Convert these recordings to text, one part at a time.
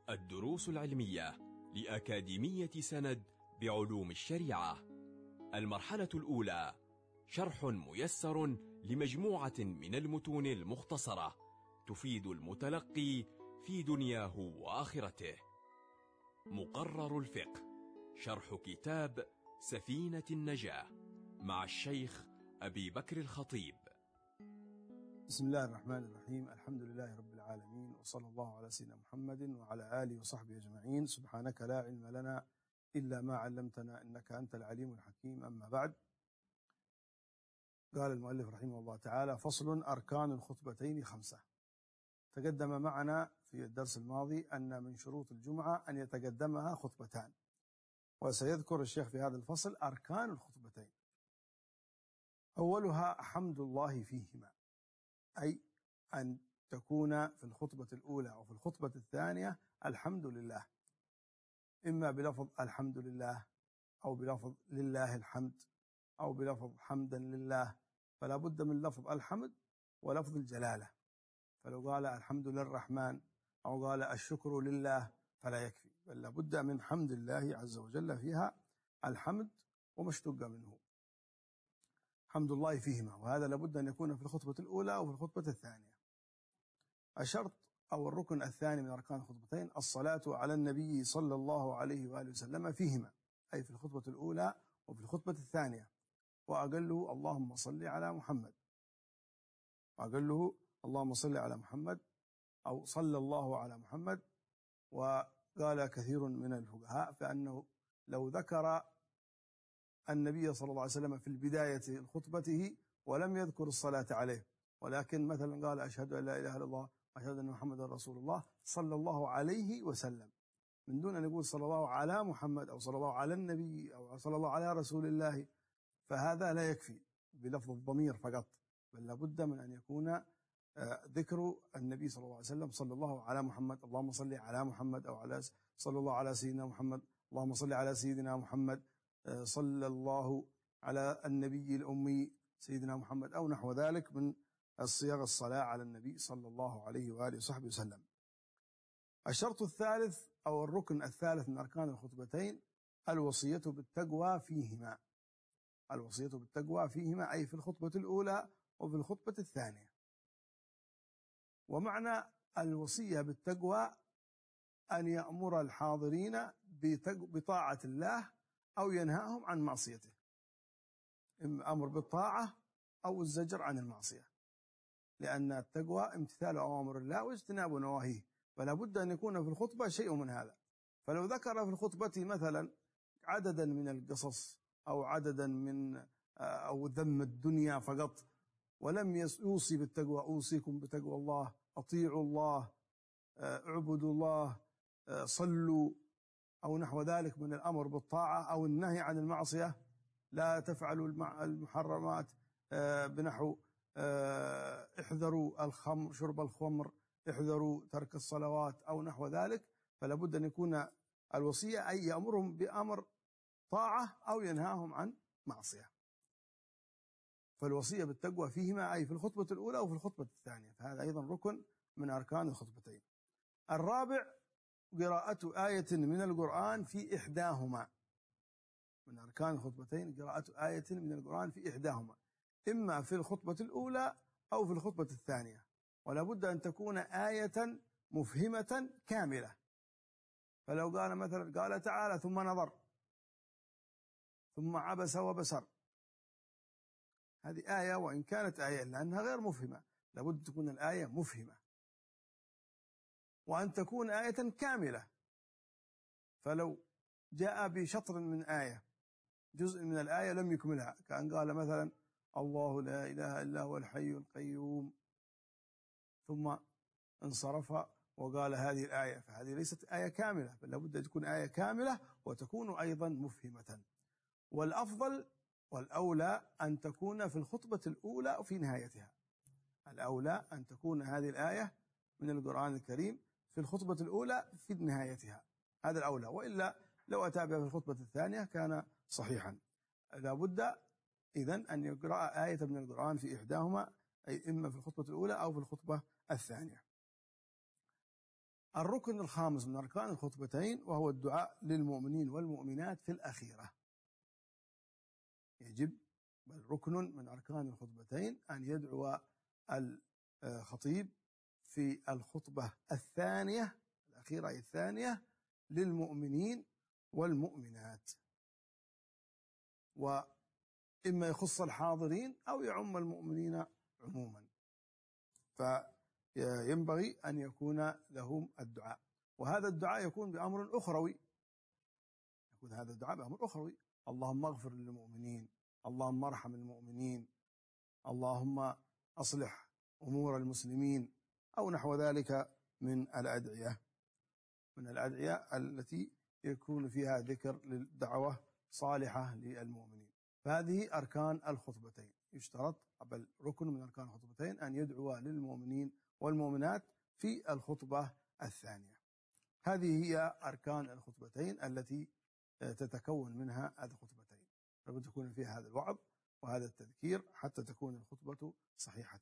الدروس العلمية لأكاديمية سند بعلوم الشريعة. المرحلة الأولى: شرح ميسر لمجموعة من المتون المختصرة تفيد المتلقي في دنياه وآخرته. مقرر الفقه، شرح كتاب سفينة النجاة مع الشيخ أبي بكر الخطيب. بسم الله الرحمن الرحيم. الحمد لله رب العالمين، وصلى الله على سيدنا محمد وعلى آله وصحبه أجمعين. سبحانك لا علم لنا إلا ما علمتنا إنك أنت العليم الحكيم. أما بعد، قال المؤلف رحمه الله تعالى: فصل: أركان الخطبتين 5. تقدم معنا في الدرس الماضي أن من شروط الجمعة أن يتقدمها خطبتان، وسيذكر الشيخ في هذا الفصل أركان الخطبتين. أولها حمد الله فيهما، أي أن تكون في الخطبة الأولى أو في الخطبة الثانية الحمد لله، إما بلفظ الحمد لله أو بلفظ لله الحمد أو بلفظ حمدا لله، فلا بد من لفظ الحمد ولفظ الجلالة. فلو قال الحمد للرحمن أو قال الشكر لله فلا يكفي، بل لا بد من حمد الله عز وجل فيها الحمد وما اشتق منه، حمد الله فيهما، وهذا لابد أن يكون في الخطبة الأولى أو في الخطبة الثانية. الشرط أو الركن الثاني من أركان الخطبتين الصلاة على النبي صلى الله عليه وآله وسلم فيهما، أي في الخطبة الأولى وفي الخطبة الثانية. وأقله اللهم صل على محمد، وأقله اللهم صل على محمد أو صلى الله على محمد. وقال كثير من الفقهاء فأنه لو ذكر النبي صلى الله عليه وسلم في البداية خطبته ولم يذكر الصلاة عليه، ولكن مثلا قال أشهد أن لا إله إلا الله وأشهد أن محمدا رسول الله صلى الله عليه وسلم، من دون أن يقول صلى الله على محمد أو صلى الله على النبي أو صلى الله على رسول الله، فهذا لا يكفي بلفظ الضمير فقط، بل لابد من أن يكون ذكر النبي صلى الله عليه وسلم صلى الله على محمد، اللهم صل على محمد، أو على صلى الله على سيدنا محمد، اللهم صل على سيدنا محمد، صلى الله على النبي الأمي سيدنا محمد، أو نحو ذلك من الصيغ الصلاة على النبي صلى الله عليه وآله وصحبه وسلم. الشرط الثالث أو الركن الثالث من أركان الخطبتين الوصية بالتقوى فيهما. الوصية بالتقوى فيهما أي في الخطبة الأولى وفي الخطبة الثانية. ومعنى الوصية بالتقوى أن يأمر الحاضرين بطاعة الله أو ينهاهم عن معصيته، إما أمر بالطاعة أو الزجر عن المعصية، لأن التقوى امتثال أوامر الله واجتناب نواهيه، فلا بد أن يكون في الخطبة شيء من هذا. فلو ذكر في الخطبة مثلا عددا من القصص أو عددا من أو ذم الدنيا فقط، ولم يوصي بالتقوى، أوصيكم بتقوى الله، أطيعوا الله، اعبدوا الله، صلوا، أو نحو ذلك من الأمر بالطاعة أو النهي عن المعصية، لا تفعلوا المحرمات، بنحو احذروا الخمر، شرب الخمر، احذروا ترك الصلوات أو نحو ذلك، فلا بد أن يكون الوصية أي يأمرهم بأمر طاعة أو ينهاهم عن معصية. فالوصية بالتقوى فيهما أي في الخطبة الأولى وفي الخطبة الثانية، فهذا أيضا ركن من أركان الخطبتين. الرابع قراءة آية من القرآن في إحداهما. من أركان الخطبتين قراءة آية من القرآن في إحداهما، إما في الخطبة الأولى أو في الخطبة الثانية، ولا بد أن تكون آية مفهمة كاملة. فلو قال مثلا قال تعالى ثم نظر ثم عبس وبسر، هذه آية وإن كانت آية لأنها غير مفهمة، لابد تكون الآية مفهمة، وأن تكون آية كاملة. فلو جاء بشطر من آية، جزء من الآية لم يكملها، كأن قال مثلا الله لا إله إلا هو الحي القيوم ثم انصرف وقال هذه الآية، فهذه ليست آية كاملة، بل لابد أن تكون آية كاملة وتكون أيضا مفهمة. والأفضل والأولى أن تكون في الخطبة الأولى وفي نهايتها. الأولى أن تكون هذه الآية من القرآن الكريم في الخطبة الأولى في نهايتها، هذا الأولى، وإلا لو أتى بها في الخطبة الثانية كان صحيحا. لا بد إذن أن يقرأ آية من القرآن في إحداهما، أي إما في الخطبة الأولى أو في الخطبة الثانية. الركن الخامس من أركان الخطبتين وهو الدعاء للمؤمنين والمؤمنات في الأخيرة. يجب ركن من أركان الخطبتين أن يدعو الخطيب في الخطبة الثانية الأخيرة الثانية للمؤمنين والمؤمنات، وإما يخص الحاضرين أو يعم المؤمنين عموما، فينبغي أن يكون لهم الدعاء. وهذا الدعاء يكون بأمر أخروي، اللهم اغفر للمؤمنين، اللهم ارحم المؤمنين، اللهم أصلح أمور المسلمين، أو نحو ذلك من الأدعية التي يكون فيها ذكر للدعوة صالحة للمؤمنين. فهذه أركان الخطبتين. يشترط قبل ركن من أركان الخطبتين أن يدعو للمؤمنين والمؤمنات في الخطبة الثانية. هذه هي أركان الخطبتين التي تتكون منها الخطبتين، لابد تكون فيها هذا الوعظ وهذا التذكير حتى تكون الخطبة صحيحة.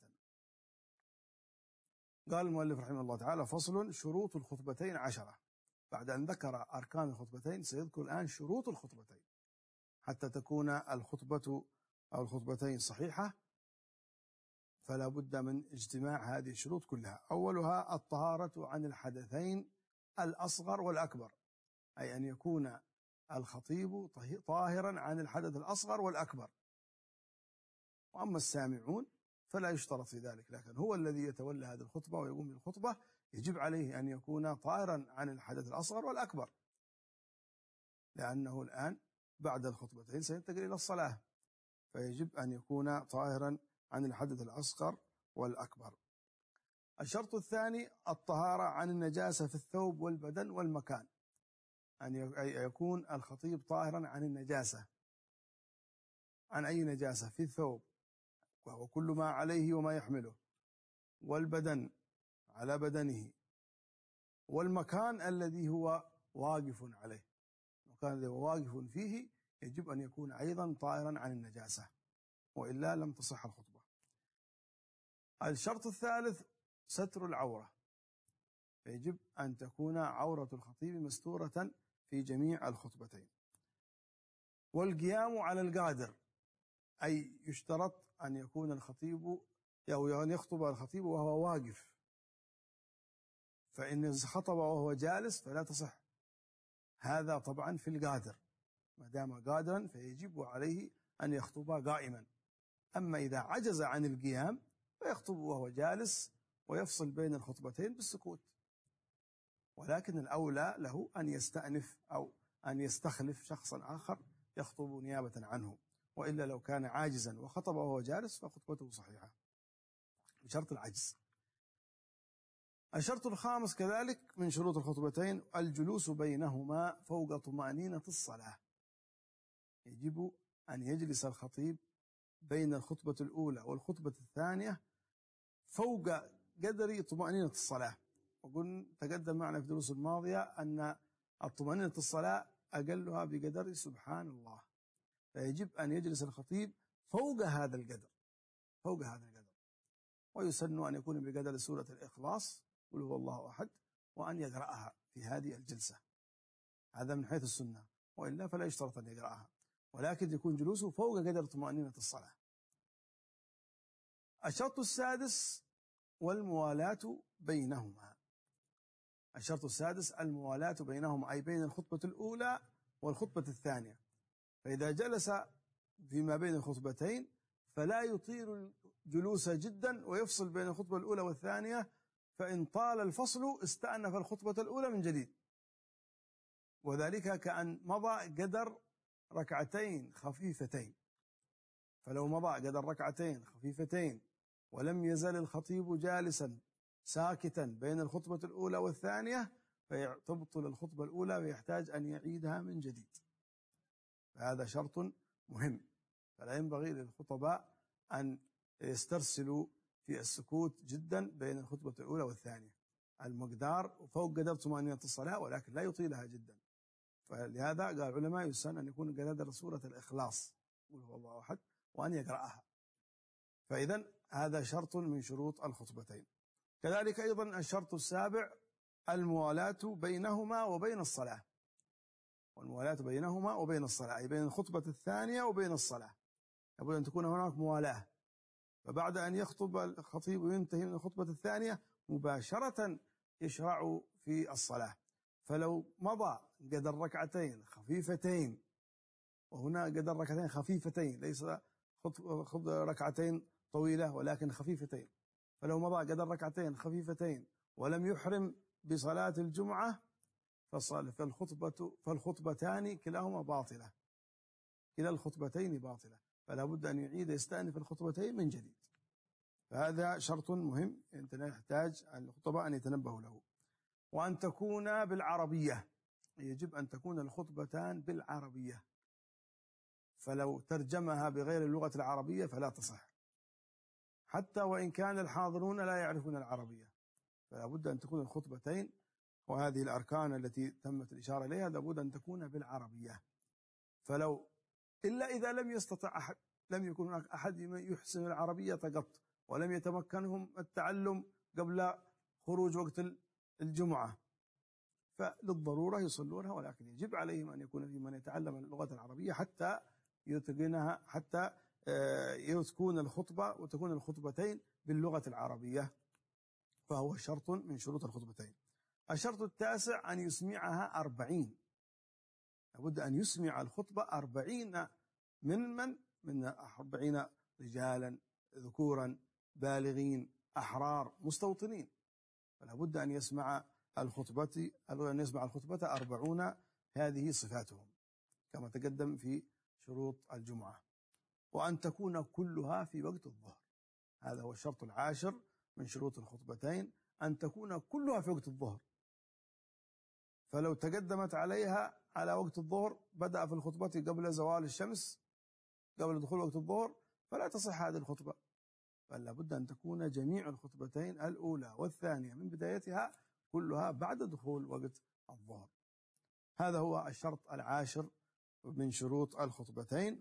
قال المؤلف رحمه الله تعالى: فصل: شروط الخطبتين 10. بعد أن ذكر أركان الخطبتين سيذكر الآن شروط الخطبتين حتى تكون الخطبة أو الخطبتين صحيحة، فلا بد من اجتماع هذه الشروط كلها. أولها الطهارة عن الحدثين الأصغر والأكبر، أي أن يكون الخطيب طاهرا عن الحدث الأصغر والأكبر. وأما السامعون فلا يشترط في ذلك، لكن هو الذي يتولى هذه الخطبة ويقوم بالخطبة يجب عليه أن يكون طاهرا عن الحدث الأصغر والأكبر، لأنه الآن بعد الخطبتين سينتقل إلى الصلاة، فيجب أن يكون طاهرا عن الحدث الأصغر والأكبر. الشرط الثاني الطهارة عن النجاسة في الثوب والبدن والمكان، أن يكون الخطيب طاهرا عن النجاسة، عن أي نجاسة، في الثوب وهو كل ما عليه وما يحمله، والبدن على بدنه، والمكان الذي هو واقف عليه، المكان الذي هو واقف فيه يجب أن يكون أيضا طاهرا عن النجاسة، وإلا لم تصح الخطبة. الشرط الثالث ستر العورة، فيجب أن تكون عورة الخطيب مستورة في جميع الخطبتين. والقيام على القادر، أي يشترط أن يكون الخطيب أو أن يخطب الخطيب وهو واقف، فإن خطب وهو جالس فلا تصح. هذا طبعا في القادر، ما دام قادرا فيجب عليه أن يخطب قائما. أما إذا عجز عن القيام فيخطب وهو جالس ويفصل بين الخطبتين بالسكوت، ولكن الأولى له أن يستأنف أو أن يستخلف شخصا آخر يخطب نيابة عنه، وإلا لو كان عاجزا وخطب وهو جالس فخطبته صحيحة بشرط العجز. الشرط الخامس كذلك من شروط الخطبتين الجلوس بينهما فوق طمأنينة الصلاة، يجب أن يجلس الخطيب بين الخطبة الأولى والخطبة الثانية فوق قدر طمأنينة الصلاة. وقلنا تقدم معنا في الدروس الماضية أن الطمأنينة الصلاة أقلها بقدر سبحان الله، فيجب أن يجلس الخطيب فوق هذا القدر، ويسن أن يكون بقدر سورة الإخلاص قل هو الله أحد، وأن يقرأها في هذه الجلسة، هذا من حيث السنة، وإلا فلا يشترط أن يقرأها، ولكن يكون جلوسه فوق قدر طمأنينة الصلاة. الشرط السادس والموالاة بينهما، الشرط السادس الموالاة بينهما، أي بين الخطبة الأولى والخطبة الثانية، فإذا جلس فيما بين الخطبتين فلا يطيل الجلوس جدا ويفصل بين الخطبة الأولى والثانية، فإن طال الفصل استأنف الخطبة الأولى من جديد، وذلك كأن مضى قدر ركعتين خفيفتين. فلو مضى قدر ركعتين خفيفتين ولم يزل الخطيب جالسا ساكتا بين الخطبة الأولى والثانية فتبطل الخطبة الأولى ويحتاج أن يعيدها من جديد، فهذا شرط مهم. فلا ينبغي للخطباء أن يسترسلوا في السكوت جدا بين الخطبة الأولى والثانية، المقدار فوق قدر طمأنينة الصلاة ولكن لا يطيلها جدا. فلهذا قال العلماء يسن أن يكون قدر سورة الإخلاص قل هو الله أحد وأن يقرأها. فإذا هذا شرط من شروط الخطبتين. كذلك أيضا الشرط السابع الموالاة بينهما وبين الصلاة، والموالاة بينهما وبين الصلاة أي بين الخطبة الثانية وبين الصلاة، لابد أن تكون هناك موالاة. فبعد أن يخطب الخطيب وينتهي من الخطبة الثانية مباشرة يشرع في الصلاة. فلو مضى قدر ركعتين خفيفتين، وهنا قدر ركعتين خفيفتين ليس ركعتين طويلة ولكن خفيفتين، فلو مضى قدر ركعتين خفيفتين ولم يحرم بصلاة الجمعة فالخطبتان كلاهما باطلة، كلا الخطبتين باطلة، فلا بد أن يعيد يستأنف الخطبتين من جديد. فهذا شرط مهم يحتاج الخطباء أن يتنبهوا له. وأن تكون بالعربية، يجب أن تكون الخطبتان بالعربية، فلو ترجمها بغير اللغة العربية فلا تصح، حتى وإن كان الحاضرون لا يعرفون العربية، فلا بد أن تكون الخطبتين، وهذه الأركان التي تمت الإشارة إليها لابد أن تكون بالعربية. فلو إلا إذا لم يستطع أحد، لم يكن هناك أحد يحسن العربية قط ولم يتمكنهم التعلم قبل خروج وقت الجمعة، فللضرورة يصلونها، ولكن يجب عليهم أن يكون في من يتعلم اللغة العربية حتى يتقنها، حتى تكون الخطبة وتكون الخطبتين باللغة العربية، فهو شرط من شروط الخطبتين. الشرط التاسع أن يسمعها 40، لابد أن يسمع الخطبة 40 من 40 رجالا ذكورا بالغين أحرار مستوطنين، فلا بد أن يسمع الخطبة 40، هذه صفاتهم كما تقدم في شروط الجمعة. وأن تكون كلها في وقت الظهر، هذا هو الشرط العاشر من شروط الخطبتين، أن تكون كلها في وقت الظهر. فلو تقدمت عليها على وقت الظهر، بدأ في الخطبة قبل زوال الشمس قبل دخول وقت الظهر، فلا تصح هذه الخطبة، بل لابد أن تكون جميع الخطبتين الأولى والثانية من بدايتها كلها بعد دخول وقت الظهر. هذا هو الشرط العاشر من شروط الخطبتين.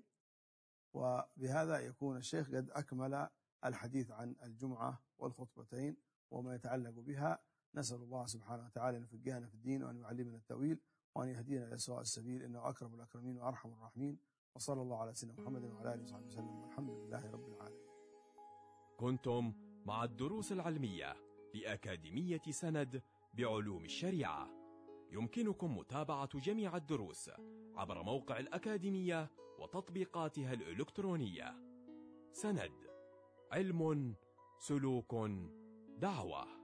وبهذا يكون الشيخ قد أكمل الحديث عن الجمعة والخطبتين وما يتعلق بها. نسأل الله سبحانه وتعالى أن يفقهنا في الدين وأن يعلمنا التأويل وأن يهدينا إلى سواء السبيل، إنه أكرم الأكرمين وأرحم الراحمين. وصلى الله على سيدنا محمد وعلى آله وصحبه وسلم، والحمد لله رب العالمين. كنتم مع الدروس العلمية لأكاديمية سند بعلوم الشريعة. يمكنكم متابعة جميع الدروس عبر موقع الأكاديمية وتطبيقاتها الإلكترونية. سند، علم، سلوك، دعوة.